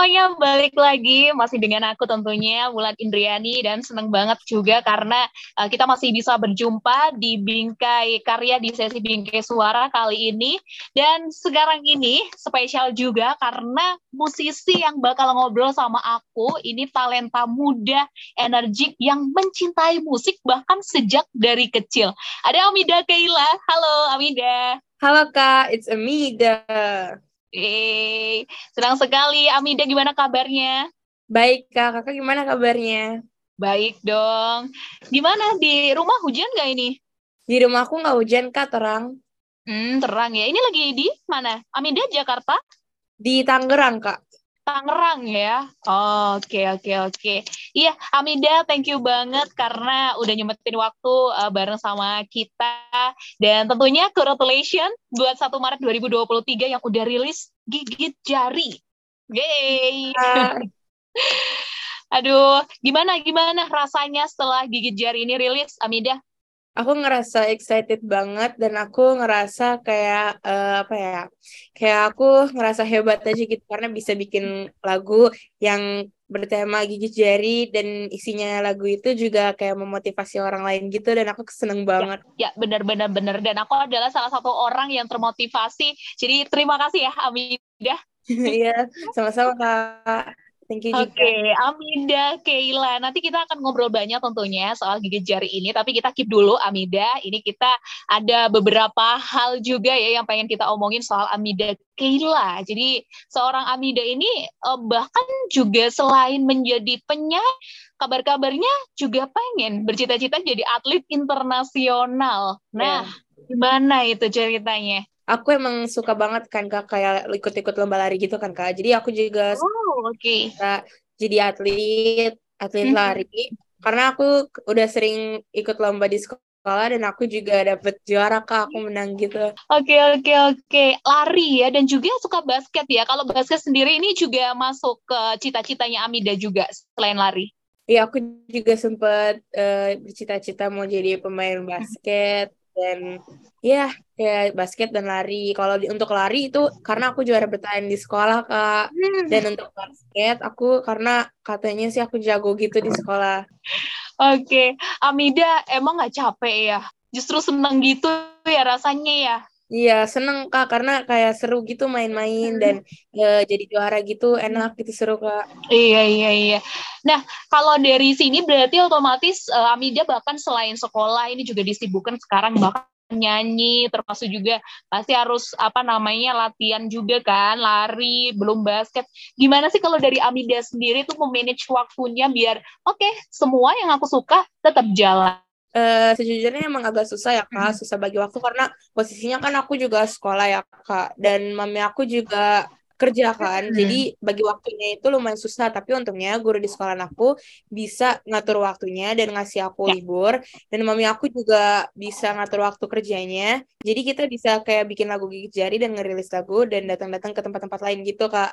semuanya, balik lagi masih dengan aku tentunya Wulan Indriani dan seneng banget juga karena kita masih bisa berjumpa di Bingkai Karya di sesi Bingkai Suara kali ini. Dan sekarang ini spesial juga karena musisi yang bakal ngobrol sama aku ini talenta muda, energik yang mencintai musik bahkan sejak dari kecil. Ada Amida Keila. Halo Amida. Halo Kak, it's Amida. Senang sekali. Amida, gimana kabarnya? Baik Kak, Kakak gimana kabarnya? Baik dong. Gimana di rumah hujan nggak ini? Di rumahku nggak hujan Kak, terang. Terang ya. Ini lagi di mana? Amida, Jakarta? Di Tangerang Kak. Tangerang ya. Oke. Iya, Amida, thank you banget karena udah nyempetin waktu bareng sama kita. Dan tentunya congratulations buat 1 Maret 2023 yang udah rilis Gigit Jari. Yeay. Aduh, gimana rasanya setelah Gigit Jari ini rilis, Amida? Aku ngerasa excited banget dan aku ngerasa kayak kayak aku ngerasa hebat aja gitu karena bisa bikin lagu yang bertema gigit jari dan isinya lagu itu juga kayak memotivasi orang lain gitu dan aku seneng banget. Ya, benar. Dan aku adalah salah satu orang yang termotivasi. Jadi terima kasih ya, Amida. Iya, sama-sama Kak. Thank you juga. Oke, Amida, Keila. Nanti kita akan ngobrol banyak tentunya soal gigit jari ini, tapi kita keep dulu Amida. Ini kita ada beberapa hal juga ya yang pengen kita omongin soal Amida Keila. Jadi seorang Amida ini bahkan juga selain menjadi penyanyi, kabar-kabarnya juga pengen bercita-cita jadi atlet internasional. Nah, Ya. gimana itu ceritanya? Aku emang suka banget kan Kak kayak ikut-ikut lomba lari gitu kan Kak. Jadi aku juga Oh, oke. suka jadi atlet lari Mhm. karena aku udah sering ikut lomba di sekolah dan aku juga dapet juara Kak, aku menang gitu. Oke. Lari ya, dan juga suka basket ya. Kalau basket sendiri ini juga masuk ke cita-citanya Amida juga selain lari. Iya, aku juga sempet bercita-cita mau jadi pemain basket dan ya kayak basket dan lari. Kalau untuk lari itu karena aku juara bertahan di sekolah Kak. Dan Hmm. untuk basket aku karena katanya sih aku jago gitu di sekolah. Oke, Amida emang nggak capek ya? Justru seneng gitu ya rasanya ya. Iya, seneng Kak karena kayak seru gitu main-main dan jadi juara gitu enak gitu seru Kak. Iya. Nah, kalau dari sini berarti otomatis Amida bahkan selain sekolah ini juga disibukkan sekarang bahkan nyanyi, termasuk juga pasti harus apa namanya latihan juga kan, lari, belum basket. Gimana sih kalau dari Amida sendiri tuh memanage waktunya biar oke, semua yang aku suka tetap jalan. Sejujurnya emang agak susah ya Kak, susah bagi waktu karena posisinya kan aku juga sekolah ya Kak, dan mami aku juga kerja kan, jadi Hmm. bagi waktunya itu lumayan susah, tapi untungnya guru di sekolah aku bisa ngatur waktunya dan ngasih aku Ya. libur, dan mami aku juga bisa ngatur waktu kerjanya, jadi kita bisa kayak bikin lagu gigit jari dan ngerilis lagu dan datang-datang ke tempat-tempat lain gitu Kak.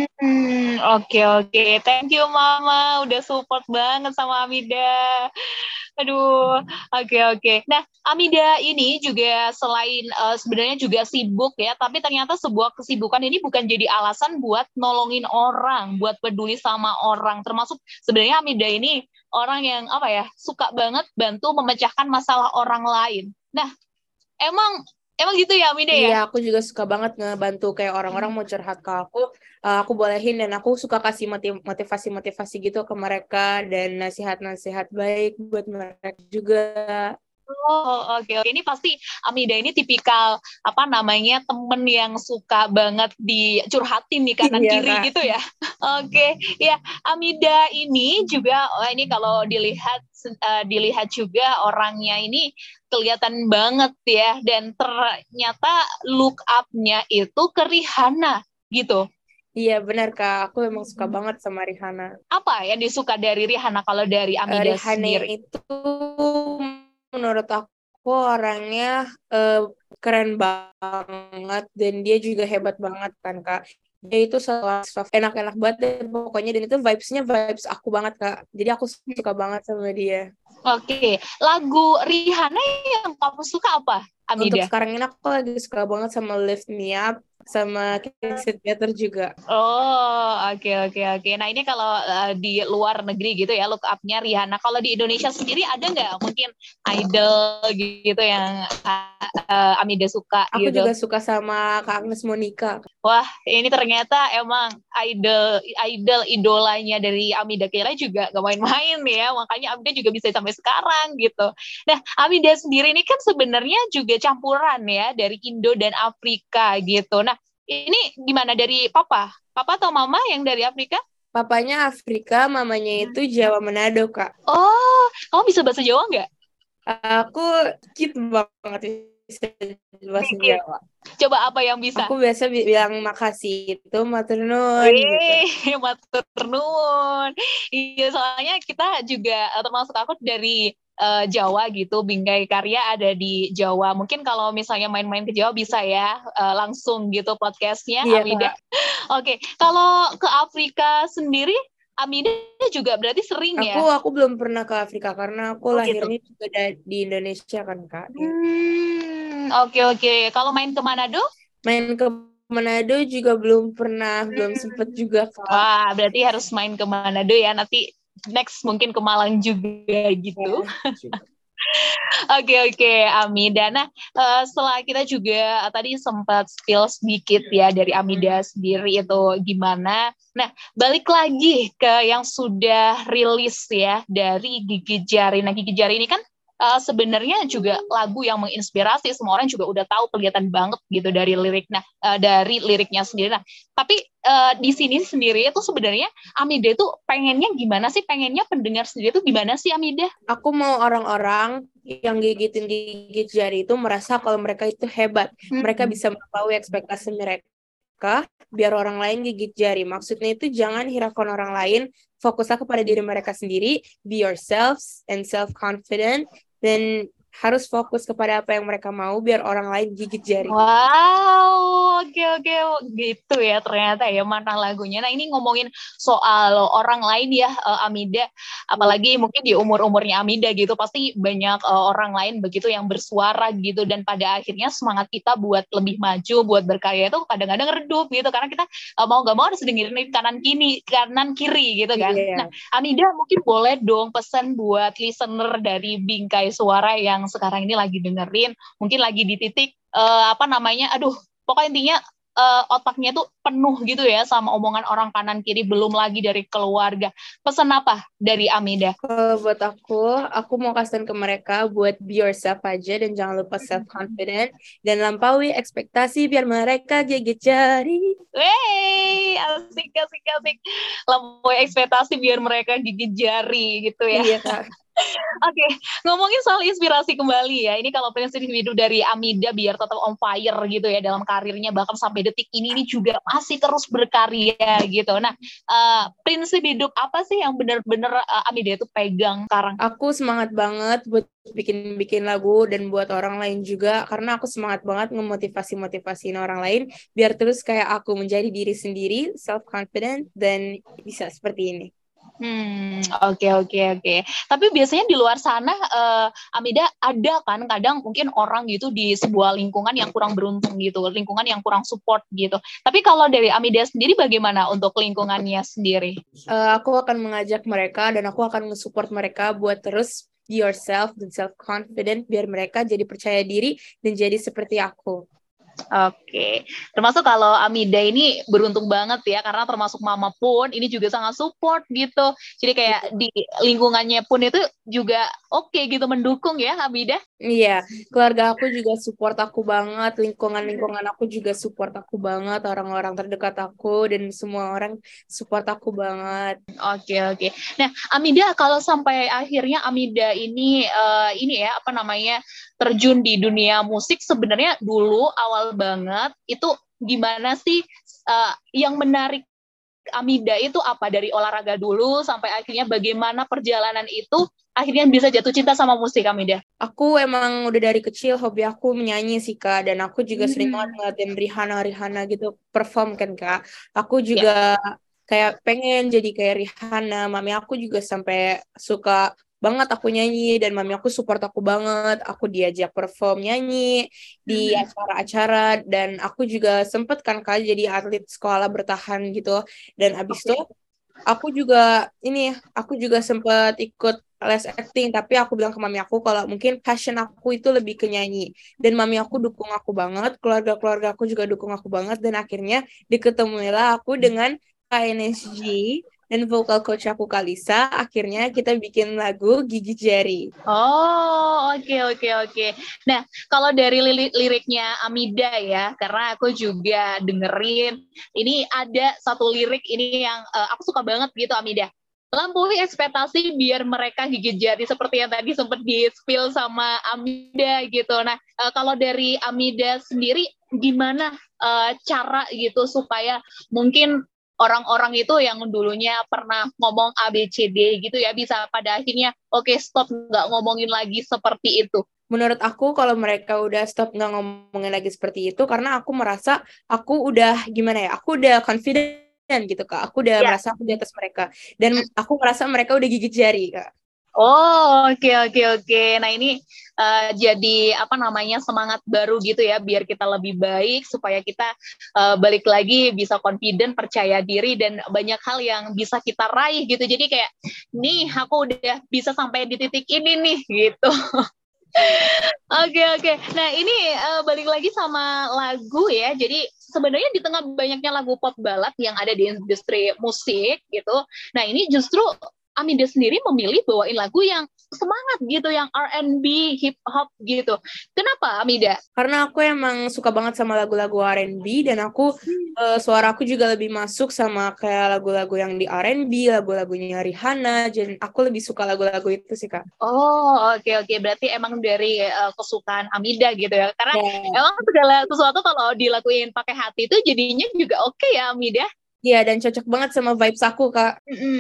Oke. Thank you Mama, udah support banget sama Amida. Aduh, oke. Nah, Amida ini juga selain sebenarnya juga sibuk ya, tapi ternyata sebuah kesibukan ini bukan jadi alasan buat nolongin orang, buat peduli sama orang. Termasuk sebenarnya Amida ini orang yang apa ya, suka banget bantu memecahkan masalah orang lain. Nah, emang emang gitu ya Amida Iya, ya? aku juga suka banget ngebantu kayak orang-orang mau curhat ke aku bolehin dan aku suka kasih motivasi-motivasi gitu ke mereka dan nasihat-nasihat baik buat mereka juga. Oke. Ini pasti Amida ini tipikal apa namanya temen yang suka banget dicurhatin di kanan Iya, kiri Kak. gitu ya. Oke, ya Amida ini juga ini kalau dilihat juga orangnya ini kelihatan banget ya dan ternyata look up-nya itu ke Rihanna gitu. Iya, benar, Kak. Aku emang suka banget sama Rihanna. Apa yang disuka dari Rihanna kalau dari Amida Rihanna sendiri? itu menurut aku orangnya eh, keren banget dan dia juga hebat banget kan Kak. Dia itu selalu enak-enak banget deh pokoknya dan itu vibes-nya vibes aku banget Kak. Jadi aku suka banget sama dia. Oke, lagu Rihanna yang kamu suka apa, Untuk Amida? sekarang ini aku lagi suka banget sama Lift Me Up sama Casey Theater juga. Oh, oke. Nah, ini kalau di luar negeri gitu ya, look up-nya Rihanna. Kalau di Indonesia sendiri ada nggak mungkin idol gitu yang Amida suka Aku gitu? juga suka sama Kak Agnes Monica. Wah, ini ternyata emang idol idolanya dari Amida Kira juga gak main-main ya, makanya Amida juga bisa sampai sekarang gitu. Nah, Amida sendiri ini kan sebenarnya juga campuran ya dari Indo dan Afrika gitu. Nah, ini gimana dari papa? Papa atau mama yang dari Afrika? Papanya Afrika, mamanya itu Jawa Manado, Kak. Oh, kamu bisa bahasa Jawa nggak? Aku dikit banget bisa bahasa Dikit. Jawa. Coba apa yang bisa? Aku biasa bilang makasih itu matur nuwun gitu. Wih, matur nuwun. Iya, soalnya kita juga termasuk aku dari Jawa gitu, Bingkai Karya ada di Jawa. Mungkin kalau misalnya main-main ke Jawa bisa ya langsung gitu podcastnya, Iya, Amida. Kak. Oke, kalau ke Afrika sendiri, Amida juga berarti sering ya? Aku belum pernah ke Afrika karena aku Oh gitu. lahirnya juga di Indonesia kan, Kak. Ya. Oke. Kalau main ke Manado? Main ke Manado juga belum pernah, belum sempet juga, Kak. Wah, berarti harus main ke Manado ya. Nanti next mungkin ke Malang juga gitu. Ya, juga. Oke, Amida. Nah, setelah kita juga tadi sempat spill sedikit ya dari Amida sendiri itu gimana. Nah, balik lagi ke yang sudah rilis ya dari Gigi Jari. Nah, Gigi Jari ini kan sebenarnya juga lagu yang menginspirasi, semua orang juga udah tahu, kelihatan banget gitu dari lirik. Nah, dari liriknya sendiri. Nah, tapi di sini sendiri itu sebenarnya Amida itu pengennya gimana sih? Pengennya pendengar sendiri itu gimana sih, Amida? Aku mau orang-orang yang gigitin gigit jari itu merasa kalau mereka itu hebat. Mereka bisa melampaui ekspektasi mereka biar orang lain gigit jari. Maksudnya itu jangan hiraukan orang lain, fokuslah kepada diri mereka sendiri, be yourselves and self-confident, dan harus fokus kepada apa yang mereka mau biar orang lain gigit jari. Wow, oke, gitu ya ternyata ya mana lagunya. Nah ini ngomongin soal orang lain ya, Amida, apalagi mungkin di umur-umurnya Amida gitu, pasti banyak orang lain begitu yang bersuara gitu, dan pada akhirnya semangat kita buat lebih maju, buat berkarya itu kadang-kadang redup gitu, karena kita mau gak mau harus dengerin kanan kiri gitu kan. Nah, Iya. Amida mungkin boleh dong pesan buat listener dari Bingkai Suara yang sekarang ini lagi dengerin, mungkin lagi di titik aduh, pokoknya intinya otaknya tuh penuh gitu ya sama omongan orang kanan kiri, belum lagi dari keluarga. Pesan apa dari Amida? Kalau buat aku mau kasih ke mereka buat be yourself aja dan jangan lupa self-confident dan lampaui ekspektasi biar mereka gigit jari. Wey, asik. Lampaui ekspektasi biar mereka gigit jari gitu ya. Iya, Kak. Oke, ngomongin soal inspirasi kembali ya. Ini kalau prinsip hidup dari Amida biar tetap on fire gitu ya dalam karirnya, bahkan sampai detik ini juga masih terus berkarya gitu. Nah, prinsip hidup apa sih yang benar-benar Amida itu pegang sekarang? Aku semangat banget buat bikin lagu dan buat orang lain juga karena aku semangat banget ngemotivasi-motivasiin orang lain biar terus kayak aku menjadi diri sendiri, self-confident dan bisa seperti ini. Oke. Tapi biasanya di luar sana, Amida, ada kan kadang mungkin orang gitu di sebuah lingkungan yang kurang beruntung gitu, lingkungan yang kurang support gitu. Tapi kalau dari Amida sendiri bagaimana untuk lingkungannya sendiri? Aku akan mengajak mereka dan aku akan nge-support mereka buat terus be yourself dan self-confident biar mereka jadi percaya diri dan jadi seperti aku. Oke, termasuk kalau Amida ini beruntung banget ya, karena termasuk mama pun ini juga sangat support gitu. Jadi kayak di lingkungannya pun itu juga oke gitu, mendukung ya Amida. Iya, keluarga aku juga support aku banget, lingkungan aku juga support aku banget, orang-orang terdekat aku dan semua orang support aku banget. Oke. Nah, Amida kalau sampai akhirnya Amida ini ya apa namanya terjun di dunia musik, sebenarnya dulu awal banget itu gimana sih yang menarik Amida itu apa, dari olahraga dulu sampai akhirnya bagaimana perjalanan itu akhirnya bisa jatuh cinta sama musik, Amida? Aku emang udah dari kecil hobi aku menyanyi sih, Kak, dan aku juga sering banget ngeliatin Rihanna gitu perform kan, Kak. Aku Ya. juga kayak pengen jadi kayak Rihanna, mami aku juga sampai suka banget aku nyanyi dan mami aku support aku banget. Aku diajak perform nyanyi di acara-acara dan aku juga sempet kan Kak jadi atlet sekolah bertahan gitu. Dan abis itu aku juga sempat ikut les acting, tapi aku bilang ke mami aku kalau mungkin passion aku itu lebih ke nyanyi. Dan mami aku dukung aku banget, keluarga-keluarga aku juga dukung aku banget, dan akhirnya diketemuilah aku dengan KNSG dan vocal coach aku Kalisa, akhirnya kita bikin lagu Gigi Jari. Oh, oke, oke, oke. Nah, kalau dari liriknya Amida ya, karena aku juga dengerin, ini ada satu lirik ini yang aku suka banget gitu, Amida. Lampaui ekspektasi biar mereka gigit jari, seperti yang tadi sempat di-spill sama Amida gitu. Nah, kalau dari Amida sendiri, gimana cara gitu supaya mungkin orang-orang itu yang dulunya pernah ngomong A, B, C, D gitu ya, bisa pada akhirnya, oke, stop, nggak ngomongin lagi seperti itu. Menurut aku kalau mereka udah stop nggak ngomongin lagi seperti itu, karena aku merasa aku udah gimana ya, aku udah confident gitu Kak, aku udah Ya. merasa aku di atas mereka, dan aku merasa mereka udah gigit jari Kak. Oh, oke, oke, oke. Nah, ini jadi apa namanya semangat baru gitu ya, biar kita lebih baik supaya kita balik lagi bisa confident, percaya diri dan banyak hal yang bisa kita raih gitu. Jadi kayak nih aku udah bisa sampai di titik ini nih gitu. Oke, oke. Nah, ini balik lagi sama lagu ya. Jadi sebenarnya di tengah banyaknya lagu pop balad yang ada di industri musik gitu. Nah, ini justru Amida sendiri memilih bawain lagu yang semangat gitu, yang R&B, hip hop gitu. Kenapa Amida? Karena aku emang suka banget sama lagu-lagu R&B, dan aku suara aku juga lebih masuk sama kayak lagu-lagu yang di R&B, lagu-lagunya Rihanna, dan aku lebih suka lagu-lagu itu sih Kak. Oh, oke, oke. Berarti emang dari kesukaan Amida gitu ya. Karena Ya. emang segala sesuatu kalau dilakuin pakai hati itu jadinya juga oke ya Amida. Iya, dan cocok banget sama vibes aku, Kak.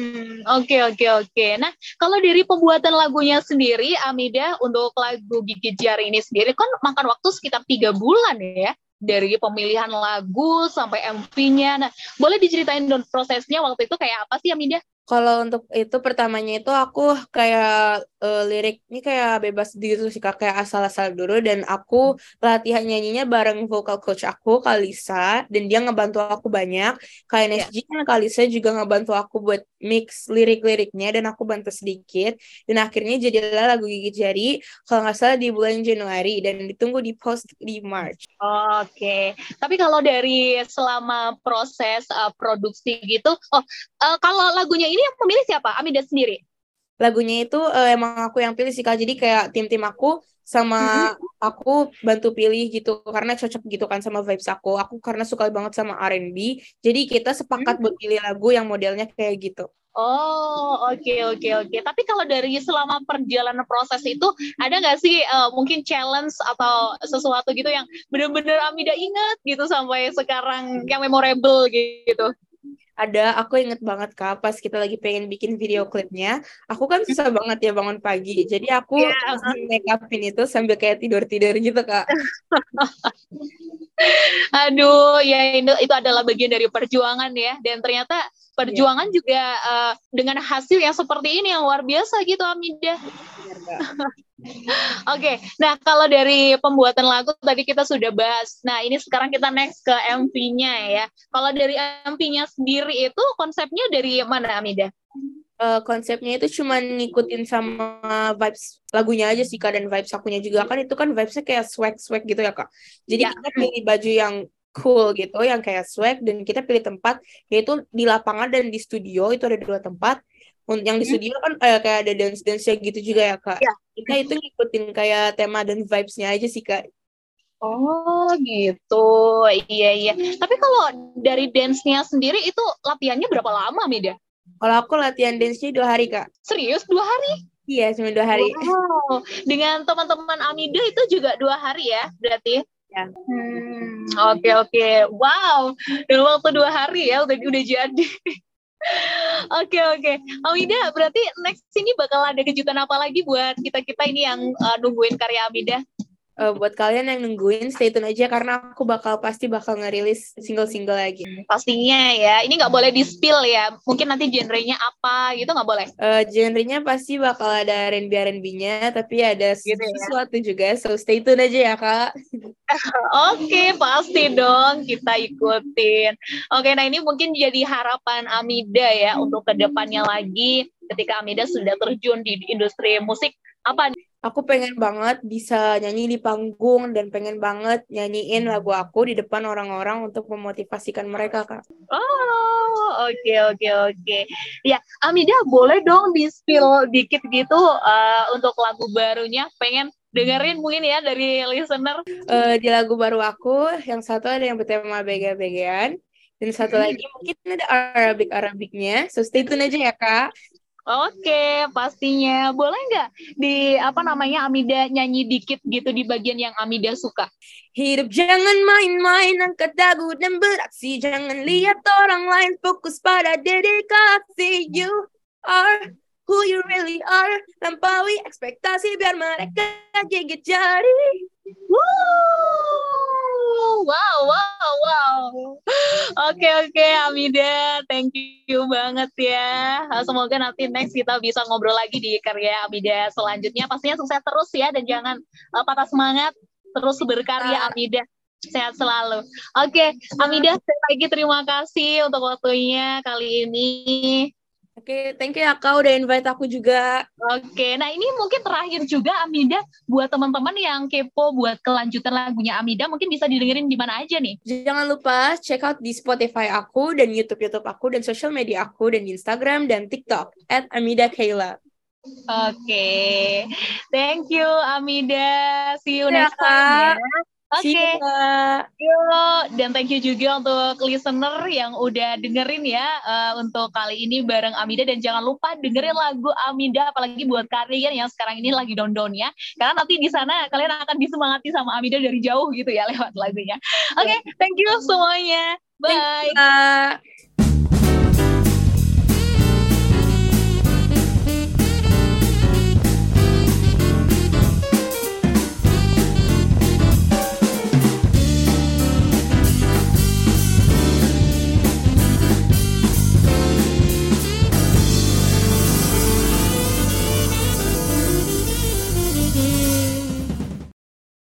Oke, oke, oke. Nah, kalau dari pembuatan lagunya sendiri, Amida, untuk lagu Gigi Jari ini sendiri kan makan waktu sekitar 3 bulan ya, dari pemilihan lagu sampai MV-nya. Nah, boleh diceritain dong prosesnya waktu itu kayak apa sih, Amida? Kalau untuk itu pertamanya itu aku kayak lirik ini kayak bebas gitu sih Kak, kayak asal-asal dulu, dan aku latihan nyanyinya bareng vocal coach aku Kalisa, dan dia ngebantu aku banyak. Ya. KNSG kan Kalisa juga ngebantu aku buat mix lirik-liriknya, dan aku bantu sedikit, dan akhirnya jadilah lagu Gigi Jari kalau nggak salah di bulan Januari, dan ditunggu di post di March. Oke, tapi kalau dari selama proses produksi gitu, kalau lagunya ini yang memilih siapa? Amida sendiri? Lagunya itu emang aku yang pilih sih Kak. Jadi kayak tim-tim aku sama Mm-mm. aku bantu pilih gitu karena cocok gitu kan sama vibes aku. Aku karena suka banget sama R&B, jadi kita sepakat buat pilih lagu yang modelnya kayak gitu. Oh, oke, oke, oke. Tapi kalau dari selama perjalanan proses itu, ada nggak sih mungkin challenge atau sesuatu gitu yang benar-benar Amida ingat gitu sampai sekarang yang memorable gitu? Ada, aku inget banget Kak, pas kita lagi pengen bikin video klipnya, aku kan susah banget ya bangun pagi. Jadi aku Iya. langsung make upin itu sambil kayak tidur-tidur gitu Kak. Aduh, ya itu adalah bagian dari perjuangan ya. Dan ternyata Iya, perjuangan juga dengan hasil yang seperti ini yang luar biasa gitu, Amida. benar Kak. Oke, nah kalau dari pembuatan lagu tadi kita sudah bahas. Nah ini sekarang kita next ke MV-nya ya. Kalau dari MV-nya sendiri itu konsepnya dari mana, Amida? Konsepnya itu cuma ngikutin sama vibes lagunya aja sih Kak, dan vibes akunya juga kan itu kan vibesnya kayak swag-swag gitu ya Kak. Jadi Ya. kita pilih baju yang cool gitu, yang kayak swag, dan kita pilih tempat yaitu di lapangan dan di studio, itu ada 2 tempat. Yang di studio kan kayak ada dance-dance gitu juga ya Kak. Ya. Kita itu ngikutin kayak tema dan vibes-nya aja sih Kak. Oh gitu, iya iya. Tapi kalau dari dance-nya sendiri itu latihannya berapa lama, Mida? Kalau aku latihan dance-nya 2 hari Kak. Serius 2 hari? Iya, cuma 2 hari. Wow, dengan teman-teman Amida itu juga 2 hari ya, berarti? Ya. Oke, oke. Wow, dalam waktu 2 hari ya udah jadi. Oke, oke. Amida, berarti next ini bakal ada kejutan apa lagi buat kita-kita ini yang nungguin karya Amida? buat kalian yang nungguin, stay tune aja karena aku pasti bakal ngerilis single-single lagi. Pastinya ya, ini nggak boleh di-spill ya. Mungkin nanti genrenya apa gitu nggak boleh. Genrenya pasti bakal ada R&B-nya, tapi ada Gitu ya. sesuatu juga, so stay tune aja ya Kak. Oke, pasti dong kita ikutin. Oke, nah ini mungkin jadi harapan Amida ya untuk kedepannya lagi ketika Amida sudah terjun di industri musik. Apa nih? Aku pengen banget bisa nyanyi di panggung dan pengen banget nyanyiin lagu aku di depan orang-orang untuk memotivasikan mereka, Kak. Oh, oke. Ya, Amida boleh dong di-spill dikit gitu untuk lagu barunya. Pengen dengerin mungkin ya dari listener. Di lagu baru aku, yang satu ada yang bertema bega-begaan, dan satu lagi mungkin ada Arabik-Arabiknya. So stay tune aja ya, Kak. Oke, pastinya. Boleh nggak di Amida nyanyi dikit gitu di bagian yang Amida suka? Hidup jangan main-main, angkat dagu dan beraksi. Jangan lihat orang lain, fokus pada dedikasi. You are who you really are. Lampaui ekspektasi biar mereka gigit jari. Wow. Oke, Amida, thank you banget ya. Semoga nanti next kita bisa ngobrol lagi di karya Amida selanjutnya. Pastinya sukses terus ya, dan jangan patah semangat, terus berkarya Amida. Sehat selalu. Oke, Amida, sekali lagi terima kasih untuk waktunya kali ini. Oke, thank you ya Kak udah invite aku juga. Oke, nah ini mungkin terakhir juga Amida, buat teman-teman yang kepo buat kelanjutan lagunya Amida, mungkin bisa didengerin di mana aja nih? Jangan lupa check out di Spotify aku dan YouTube aku dan social media aku dan Instagram dan TikTok @AmidaKayla. Oke, thank you Amida. See you next Kak. time ya. See you, Kak. Dan thank you juga untuk listener yang udah dengerin ya untuk kali ini bareng Amida, dan jangan lupa dengerin lagu Amida apalagi buat kalian yang sekarang ini lagi down-downnya, karena nanti di sana kalian akan disemangati sama Amida dari jauh gitu ya lewat lagunya. Oke, thank you semuanya. Bye. Thank you, Kak.